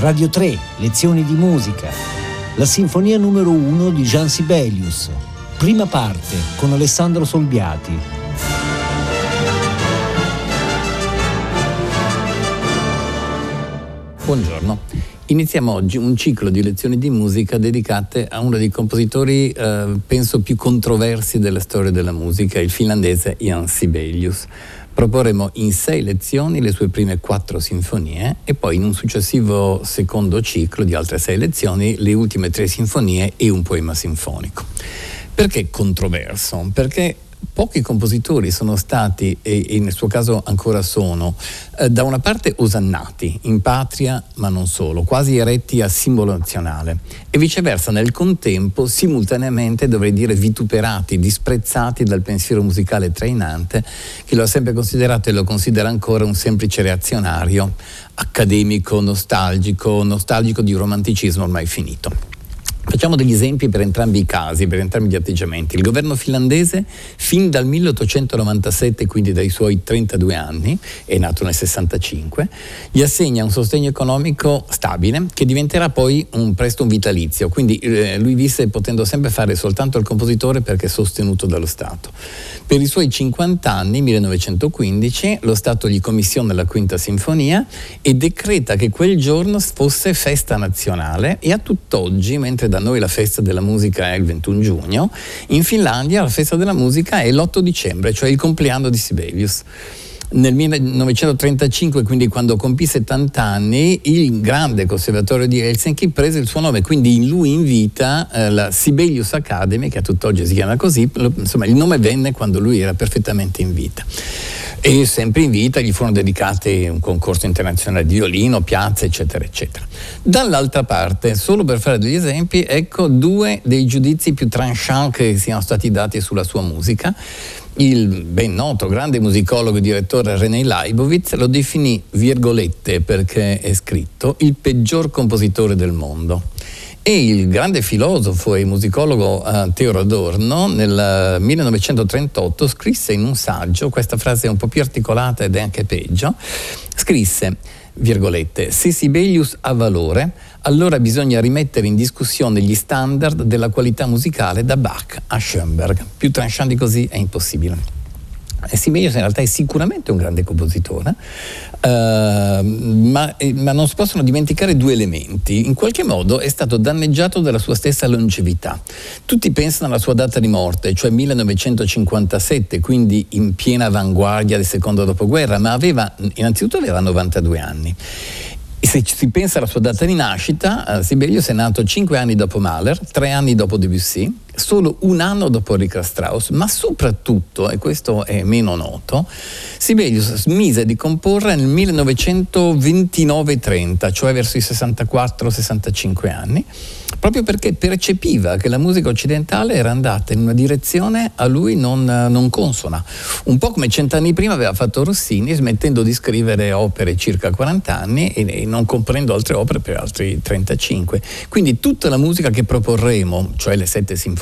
Radio 3, lezioni di musica. La sinfonia numero 1 di Jean Sibelius. Prima parte con Alessandro Solbiati. Buongiorno. Iniziamo oggi un ciclo di lezioni di musica dedicate a uno dei compositori, penso, più controversi della storia della musica, il finlandese Jean Sibelius. Proporremo in 6 lezioni le sue prime 4 sinfonie e poi in un successivo secondo ciclo di altre 6 lezioni le ultime 3 sinfonie e un poema sinfonico. Perché controverso? Perché pochi compositori sono stati, e nel suo caso ancora sono, da una parte osannati, in patria ma non solo, quasi eretti a simbolo nazionale, e viceversa nel contempo simultaneamente, dovrei dire, vituperati, disprezzati dal pensiero musicale trainante che lo ha sempre considerato e lo considera ancora un semplice reazionario, accademico, nostalgico di un romanticismo ormai finito. Facciamo degli esempi per entrambi i casi, per entrambi gli atteggiamenti. Il governo finlandese, fin dal 1897, quindi dai suoi 32 anni, è nato nel 65, gli assegna un sostegno economico stabile che diventerà poi presto un vitalizio. Quindi lui visse potendo sempre fare soltanto il compositore perché sostenuto dallo Stato. Per i suoi 50 anni, 1915, lo Stato gli commissiona la Quinta Sinfonia e decreta che quel giorno fosse festa nazionale, e a tutt'oggi, mentre da noi la festa della musica è il 21 giugno, in Finlandia la festa della musica è l'8 dicembre, cioè il compleanno di Sibelius. Nel 1935, quindi quando compì 70 anni, il grande conservatorio di Helsinki prese il suo nome, quindi in lui in vita la Sibelius Academy, che a tutt'oggi si chiama così, insomma il nome venne quando lui era perfettamente in vita. E sempre in vita gli furono dedicati un concorso internazionale di violino, piazze, eccetera, eccetera. Dall'altra parte, solo per fare degli esempi, ecco 2 dei giudizi più tranchant che siano stati dati sulla sua musica. Il ben noto grande musicologo e direttore René Leibovitz lo definì, virgolette perché è scritto, il peggior compositore del mondo. E il grande filosofo e musicologo Theodor Adorno nel 1938 scrisse in un saggio, questa frase è un po' più articolata ed è anche peggio, scrisse, virgolette, se Sibelius ha valore, allora bisogna rimettere in discussione gli standard della qualità musicale da Bach a Schoenberg. Più tranchant di così è impossibile. E Sibelius in realtà è sicuramente un grande compositore, ma non si possono dimenticare 2 elementi. In qualche modo è stato danneggiato dalla sua stessa longevità. Tutti pensano alla sua data di morte, cioè 1957, quindi in piena avanguardia del secondo dopoguerra, ma innanzitutto aveva 92 anni. E se si pensa alla sua data di nascita, Sibelius è nato 5 anni dopo Mahler, 3 anni dopo Debussy, solo 1 anno dopo Richard Strauss, ma soprattutto, e questo è meno noto, Sibelius smise di comporre nel 1929-30, cioè verso i 64-65 anni, proprio perché percepiva che la musica occidentale era andata in una direzione a lui non consona. Un po' come 100 anni prima aveva fatto Rossini, smettendo di scrivere opere circa 40 anni e non componendo altre opere per altri 35. Quindi tutta la musica che proporremo, cioè le 7 sinfonie,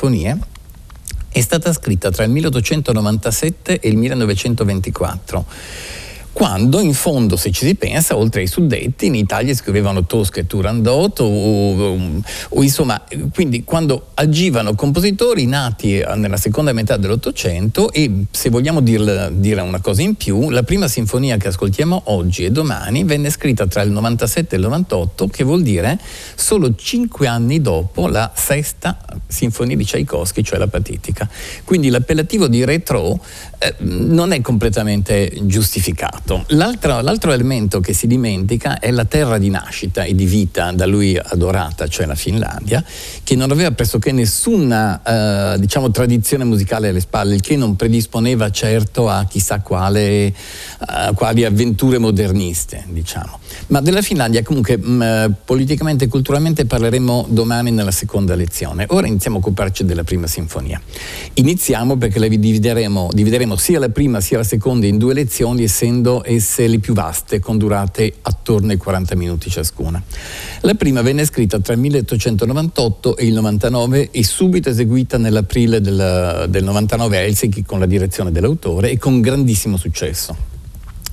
è stata scritta tra il 1897 e il 1924. Quando in fondo, se ci si pensa, oltre ai suddetti, in Italia scrivevano Tosca e Turandot o insomma, quindi quando agivano compositori nati nella seconda metà dell'Ottocento. E se vogliamo dire una cosa in più, la prima sinfonia che ascoltiamo oggi e domani venne scritta tra il 97 e il 98, che vuol dire solo 5 anni dopo la 6ª sinfonia di Tchaikovsky, cioè la Patitica. Quindi l'appellativo di retro non è completamente giustificato. L'altro elemento che si dimentica è la terra di nascita e di vita da lui adorata, cioè la Finlandia, che non aveva pressoché nessuna tradizione musicale alle spalle, il che non predisponeva certo a chissà quali avventure moderniste, diciamo. Ma della Finlandia comunque politicamente e culturalmente parleremo domani nella seconda lezione. Ora iniziamo a occuparci della prima sinfonia. Iniziamo perché la divideremo sia la prima sia la seconda in 2 lezioni, essendo esse le più vaste, con durate attorno ai 40 minuti ciascuna. La prima venne scritta tra il 1898 e il 99 e subito eseguita nell'aprile del 99 a Helsinki con la direzione dell'autore e con grandissimo successo.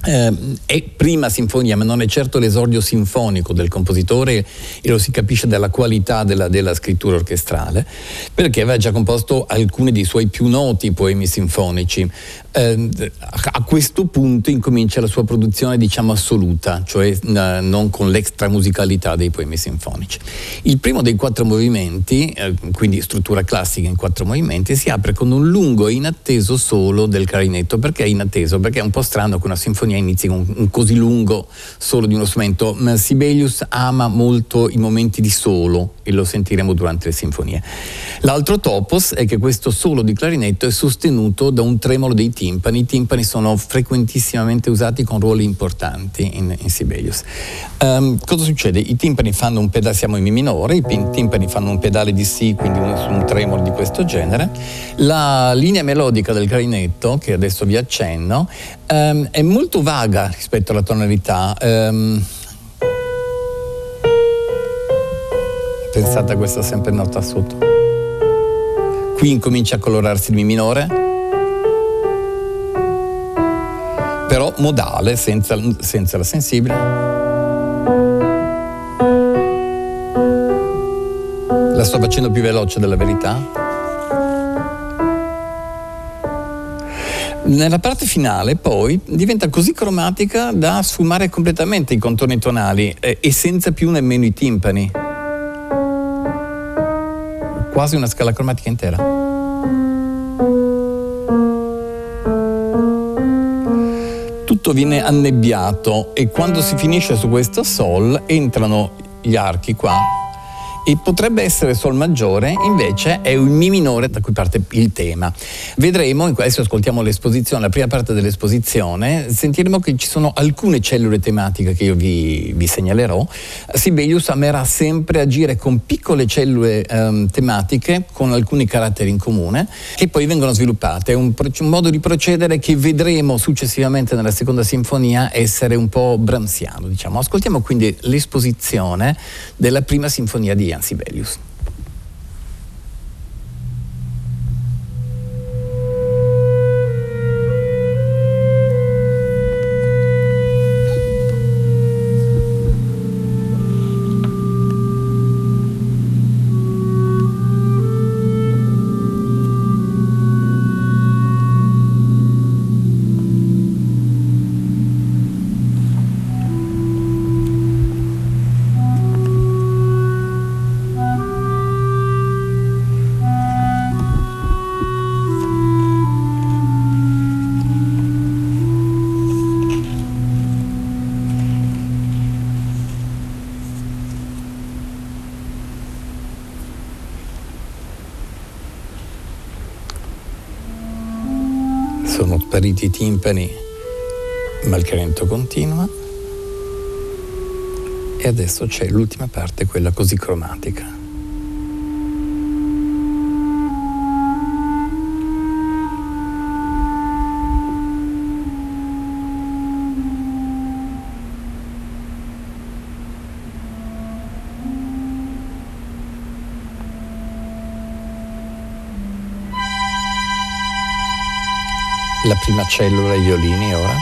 È prima sinfonia, ma non è certo l'esordio sinfonico del compositore, e lo si capisce dalla qualità della scrittura orchestrale, perché aveva già composto alcuni dei suoi più noti poemi sinfonici. A questo punto incomincia la sua produzione, diciamo, assoluta, cioè non con l'extramusicalità dei poemi sinfonici. Il primo dei 4 movimenti, quindi struttura classica in 4 movimenti, si apre con un lungo e inatteso solo del clarinetto. Perché è inatteso? Perché è un po' strano che una sinfonia inizi con un così lungo solo di uno strumento. Sibelius ama molto i momenti di solo, e lo sentiremo durante le sinfonie. L'altro topos è che questo solo di clarinetto è sostenuto da un tremolo dei timpani. I timpani sono frequentissimamente usati con ruoli importanti in Sibelius. Cosa succede? I timpani fanno un pedale, siamo in Mi minore, i timpani fanno un pedale di Si, quindi un tremolo di questo genere. La linea melodica del clarinetto, che adesso vi accenno, è molto vaga rispetto alla tonalità. Pensate a questa sempre nota sotto. Qui incomincia a colorarsi il Mi minore, però modale, senza la sensibile. La sto facendo più veloce della verità. Nella parte finale poi diventa così cromatica da sfumare completamente i contorni tonali e senza più nemmeno i timpani. Quasi una scala cromatica intera. Tutto viene annebbiato e quando si finisce su questo Sol entrano gli archi qua. E potrebbe essere Sol maggiore, invece è un Mi minore da cui parte il tema. Vedremo, adesso ascoltiamo l'esposizione, la prima parte dell'esposizione, sentiremo che ci sono alcune cellule tematiche che io vi segnalerò. Sibelius amerà sempre agire con piccole cellule tematiche con alcuni caratteri in comune che poi vengono sviluppate. È un modo di procedere che vedremo successivamente nella seconda sinfonia essere un po' brahmsiano, diciamo. Ascoltiamo quindi l'esposizione della prima sinfonia di Johann Sibelius. Sono spariti i timpani, ma il clarinetto continua. E adesso c'è l'ultima parte, quella così cromatica. La prima cellula ai violini ora.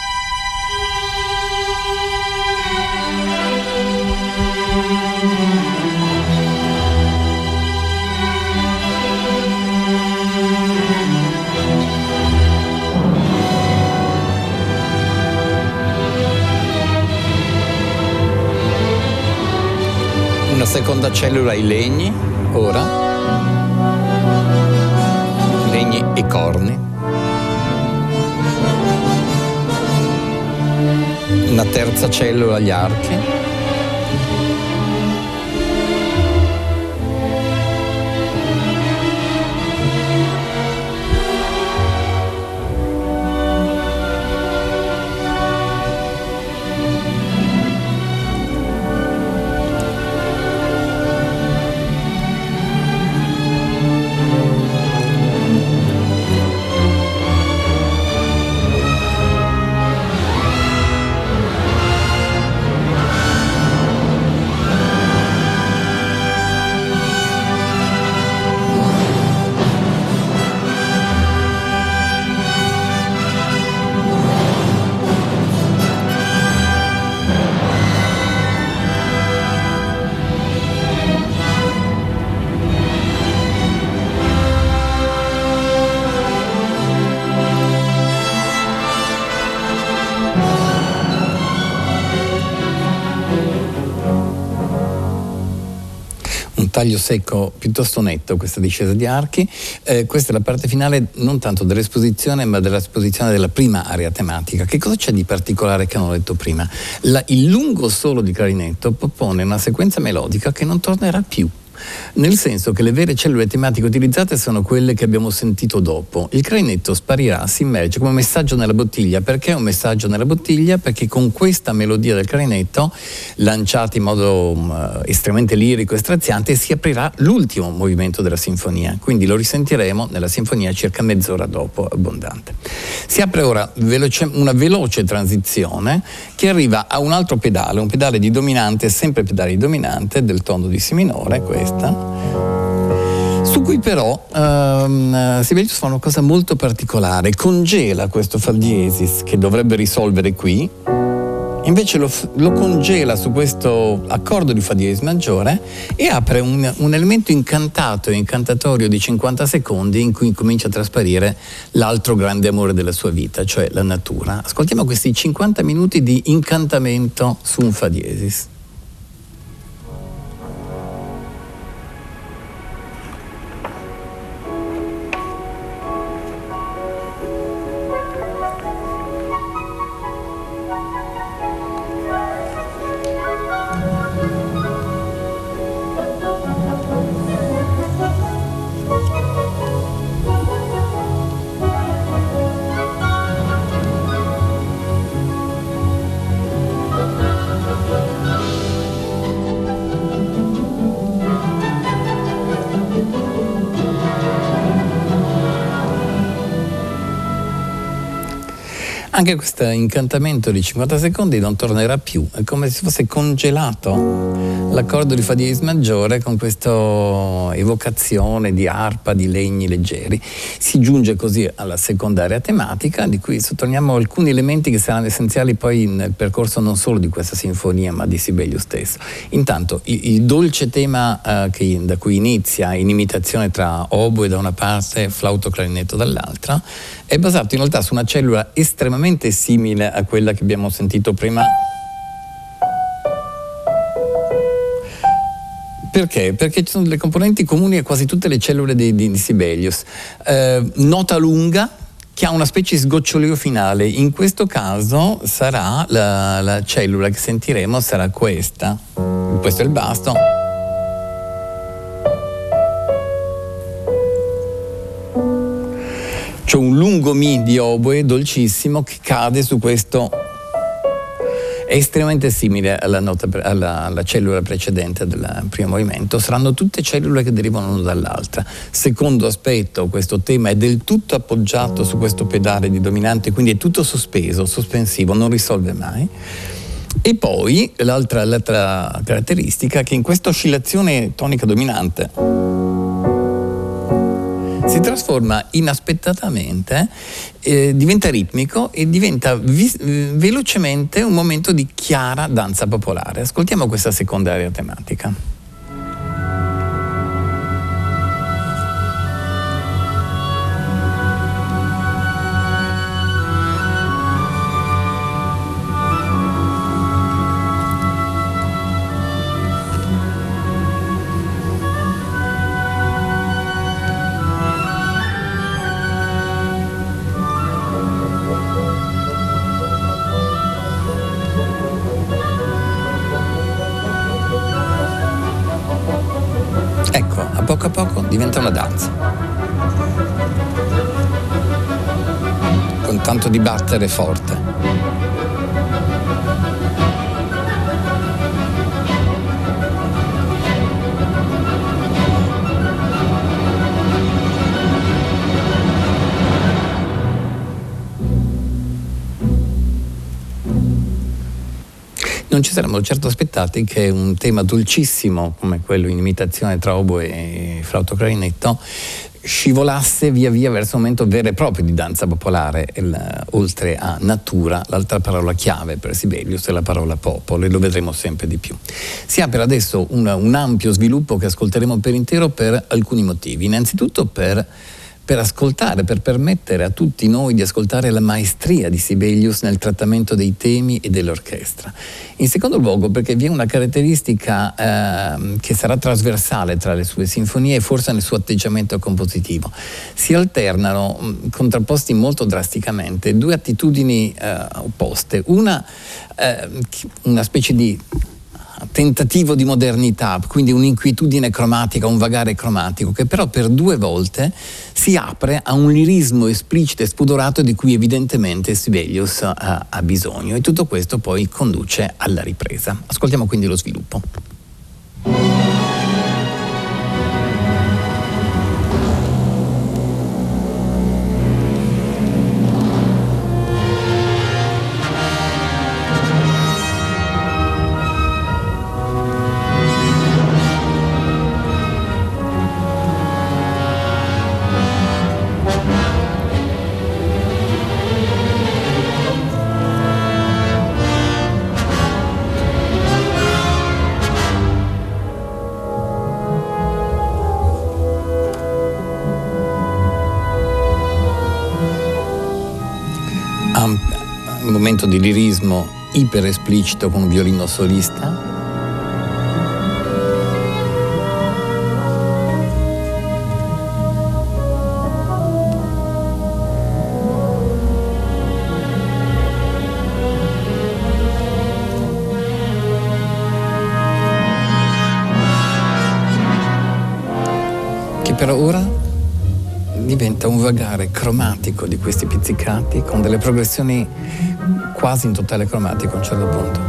Una seconda cellula ai legni ora. Legni e corni. Una terza cellula agli archi. un taglio secco piuttosto netto questa discesa di archi. Questa è la parte finale non tanto dell'esposizione ma dell'esposizione della prima area tematica. Che cosa c'è di particolare che non ho detto prima? Il lungo solo di clarinetto propone una sequenza melodica che non tornerà più. Nel senso che le vere cellule tematiche utilizzate sono quelle che abbiamo sentito dopo. Il clarinetto sparirà, si immerge come messaggio nella bottiglia. Perché un messaggio nella bottiglia? Perché con questa melodia del clarinetto, lanciata in modo estremamente lirico e straziante, si aprirà l'ultimo movimento della sinfonia. Quindi lo risentiremo nella sinfonia circa mezz'ora dopo, abbondante. Si apre ora una veloce transizione che arriva a un altro pedale, un pedale di dominante, sempre pedale di dominante del tono di Si minore, questo. Su cui però Sibelius fa una cosa molto particolare, congela questo fa diesis che dovrebbe risolvere qui, invece lo congela su questo accordo di fa diesis maggiore e apre un elemento incantato e incantatorio di 50 secondi in cui comincia a trasparire l'altro grande amore della sua vita, cioè la natura. Ascoltiamo questi 50 minuti di incantamento su un fa diesis. Anche questo incantamento di 50 secondi non tornerà più, è come se fosse congelato l'accordo di fa diesis maggiore con questa evocazione di arpa, di legni leggeri. Si giunge così alla seconda area tematica, di cui sottolineiamo alcuni elementi che saranno essenziali poi nel percorso non solo di questa sinfonia ma di Sibelius stesso. Intanto il dolce tema da cui inizia, in imitazione tra oboe da una parte, flauto clarinetto dall'altra, è basato in realtà su una cellula estremamente simile a quella che abbiamo sentito prima. Perché? Perché ci sono delle componenti comuni a quasi tutte le cellule di Sibelius. Nota lunga che ha una specie di sgocciolio finale. In questo caso sarà la cellula che sentiremo sarà questa. Questo è il basso. C'è un lungo mi di oboe dolcissimo che cade su questo. È estremamente simile alla cellula precedente del primo movimento. Saranno tutte cellule che derivano l'una dall'altra. Secondo aspetto, questo tema è del tutto appoggiato su questo pedale di dominante, quindi è tutto sospensivo, non risolve mai. E poi l'altra caratteristica è che in questa oscillazione tonica dominante si trasforma inaspettatamente, diventa ritmico e diventa velocemente un momento di chiara danza popolare. Ascoltiamo questa seconda area tematica. Poco a poco diventa una danza, con tanto di battere forte. Non ci saremmo certo aspettati che un tema dolcissimo come quello in imitazione tra oboe e flauto clarinetto scivolasse via via verso un momento vero e proprio di danza popolare. Oltre a natura, l'altra parola chiave per Sibelius è la parola popolo, e lo vedremo sempre di più. Si apre adesso un ampio sviluppo che ascolteremo per intero per alcuni motivi. Innanzitutto per per ascoltare, per permettere a tutti noi di ascoltare la maestria di Sibelius nel trattamento dei temi e dell'orchestra. In secondo luogo perché vi è una caratteristica che sarà trasversale tra le sue sinfonie e forse nel suo atteggiamento compositivo. Si alternano, contrapposti molto drasticamente, due attitudini opposte. Una specie di tentativo di modernità, quindi un'inquietudine cromatica, un vagare cromatico, che però per 2 volte si apre a un lirismo esplicito e spudorato di cui evidentemente Sibelius ha bisogno, e tutto questo poi conduce alla ripresa. Ascoltiamo quindi lo sviluppo. Un momento di lirismo iper esplicito con un violino solista. Che per ora diventa un vagare cromatico di questi pizzicati con delle progressioni quasi in totale cromatico a un certo punto.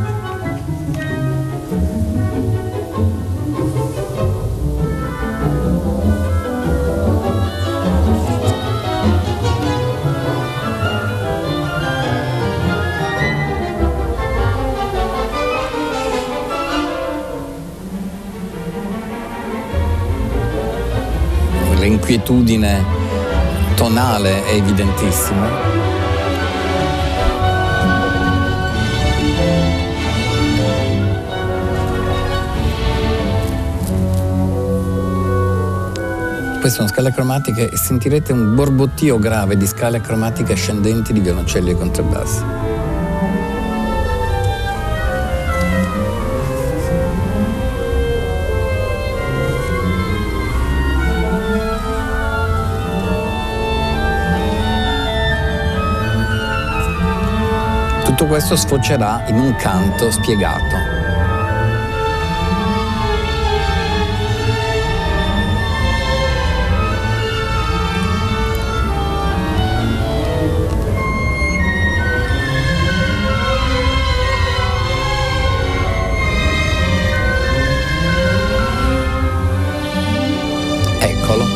L'inquietudine tonale è evidentissima. Queste sono scale cromatiche e sentirete un borbottio grave di scale cromatiche ascendenti di violoncelli e contrabbassi. Tutto questo sfocerà in un canto spiegato. Eccolo.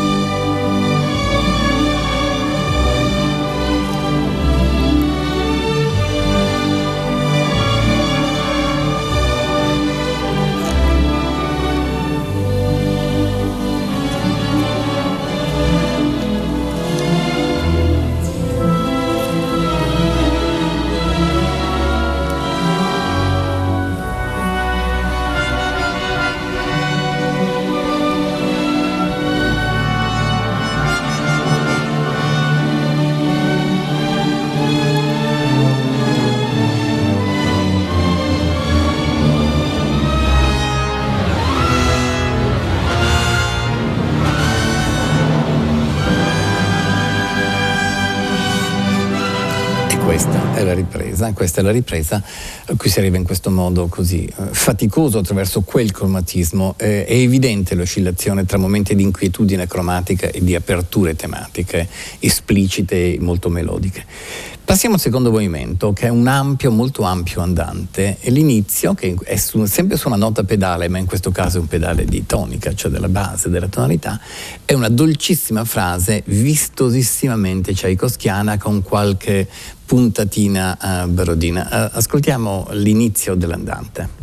Questa è la ripresa a cui si arriva in questo modo così faticoso attraverso quel cromatismo. È evidente l'oscillazione tra momenti di inquietudine cromatica e di aperture tematiche esplicite e molto melodiche. Passiamo al secondo movimento, che è un ampio, molto ampio andante, e l'inizio, che è sempre su una nota pedale, ma in questo caso è un pedale di tonica, cioè della base, della tonalità, è una dolcissima frase vistosissimamente tchaikovskiana con qualche puntatina barodina. Ascoltiamo l'inizio dell'andante.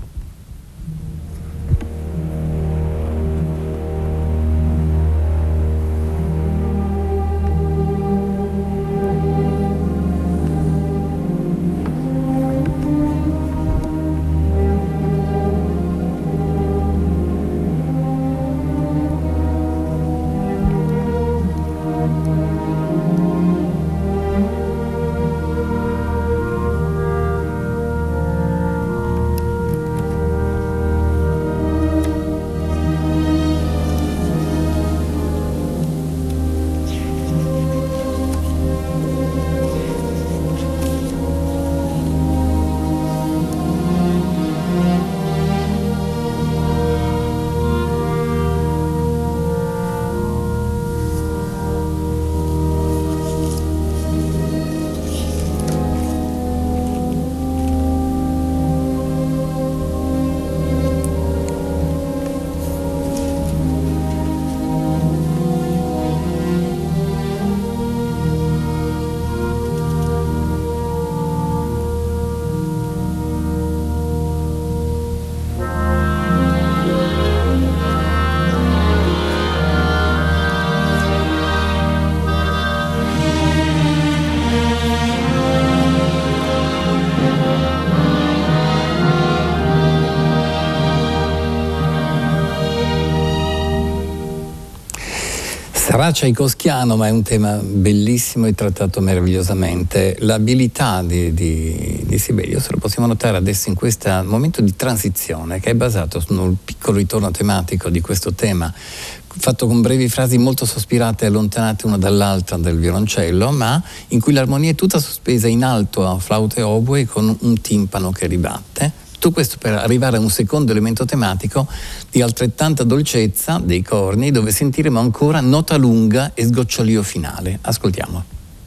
Sarà tchaikovskiano, ma è un tema bellissimo e trattato meravigliosamente. L'abilità di Sibelius lo possiamo notare adesso in questo momento di transizione, che è basato sul piccolo ritorno tematico di questo tema, fatto con brevi frasi molto sospirate e allontanate una dall'altra del violoncello, ma in cui l'armonia è tutta sospesa in alto a flauto e oboe con un timpano che ribatte. Tutto questo per arrivare a un secondo elemento tematico di altrettanta dolcezza dei corni, dove sentiremo ancora nota lunga e sgocciolio finale. Ascoltiamo.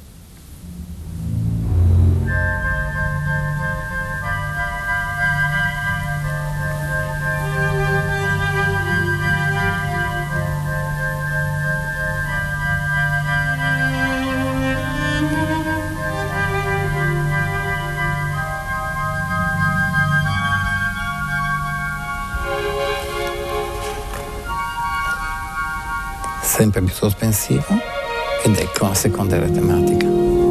Sempre più sospensivo, ed ecco la seconda area tematica.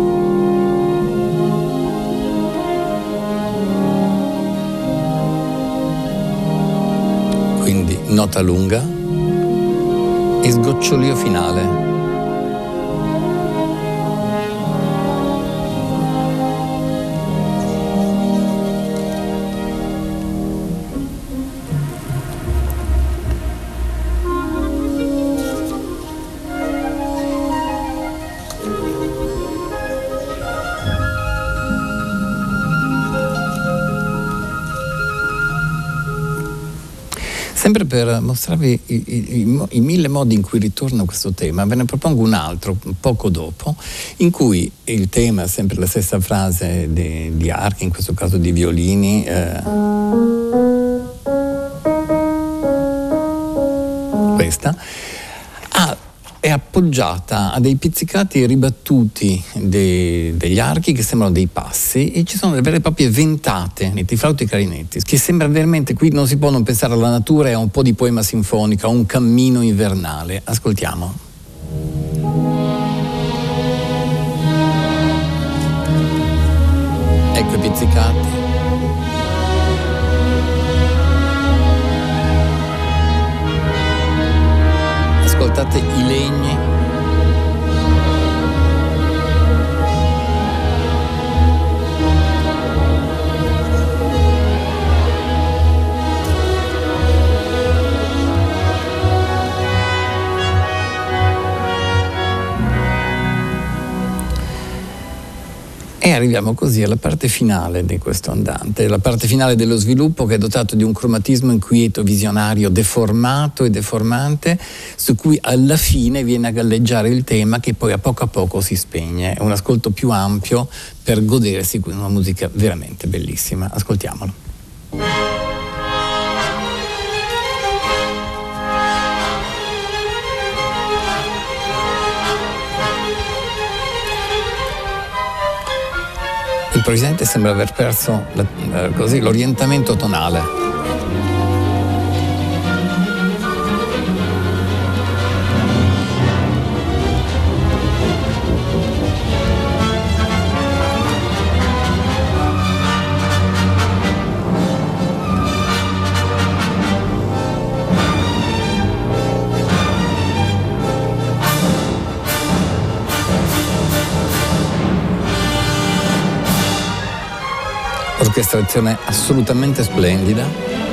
Quindi nota lunga e sgocciolio finale. Sempre per mostrarvi i mille modi in cui ritorna questo tema, ve ne propongo un altro poco dopo, in cui il tema è sempre la stessa frase di archi, in questo caso di violini, questa, è appoggiata a dei pizzicati ribattuti degli archi che sembrano dei passi, e ci sono delle vere e proprie ventate nei flauti e clarinetti, che sembra veramente, qui non si può non pensare alla natura e a un po' di poema sinfonico, a un cammino invernale. Ascoltiamo. Ecco i pizzicati. Ascoltate i legni. E arriviamo così alla parte finale di questo andante, la parte finale dello sviluppo, che è dotato di un cromatismo inquieto, visionario, deformato e deformante, su cui alla fine viene a galleggiare il tema, che poi a poco si spegne. È un ascolto più ampio per godersi una musica veramente bellissima. Ascoltiamolo. Il presidente sembra aver perso l'orientamento tonale. Orchestrazione assolutamente splendida.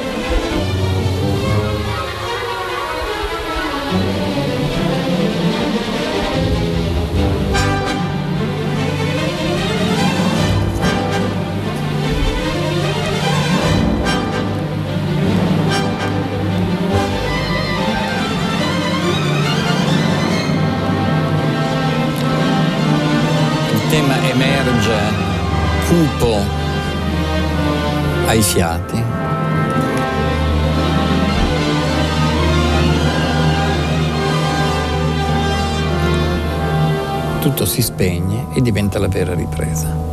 Il tema emerge cupo ai fiati. Tutto si spegne e diventa la vera ripresa.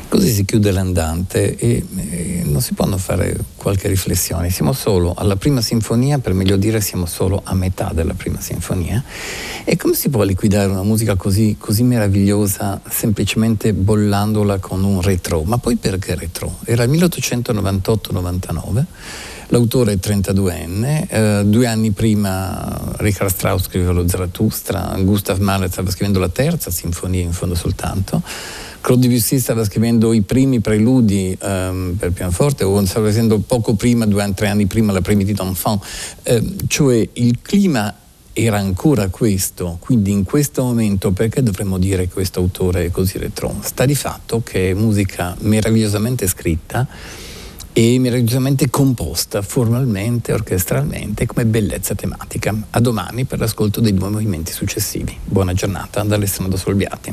Così si chiude l'andante e non si può non fare qualche riflessione. Siamo solo alla prima sinfonia, per meglio dire siamo solo a metà della prima sinfonia. E come si può liquidare una musica così meravigliosa semplicemente bollandola con un rétro? Ma poi perché rétro? Era il 1898-99. L'autore è 32enne, 2 anni prima Richard Strauss scriveva lo Zarathustra, Gustav Mahler stava scrivendo la terza sinfonia, in fondo soltanto, Claude Debussy stava scrivendo i primi preludi per pianoforte, o stava scrivendo poco prima, 2 o 3 anni prima, la Prémidi d'enfant, cioè il clima era ancora questo, quindi in questo momento perché dovremmo dire che questo autore è così retro? Sta di fatto che è musica meravigliosamente scritta e meravigliosamente composta formalmente, orchestralmente, come bellezza tematica. A domani per l'ascolto dei 2 movimenti successivi. Buona giornata da Alessandro Solbiati.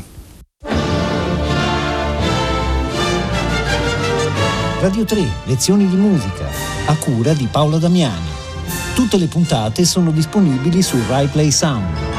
Radio 3, lezioni di musica, a cura di Paolo Damiani. Tutte le puntate sono disponibili su Rai Play Sound.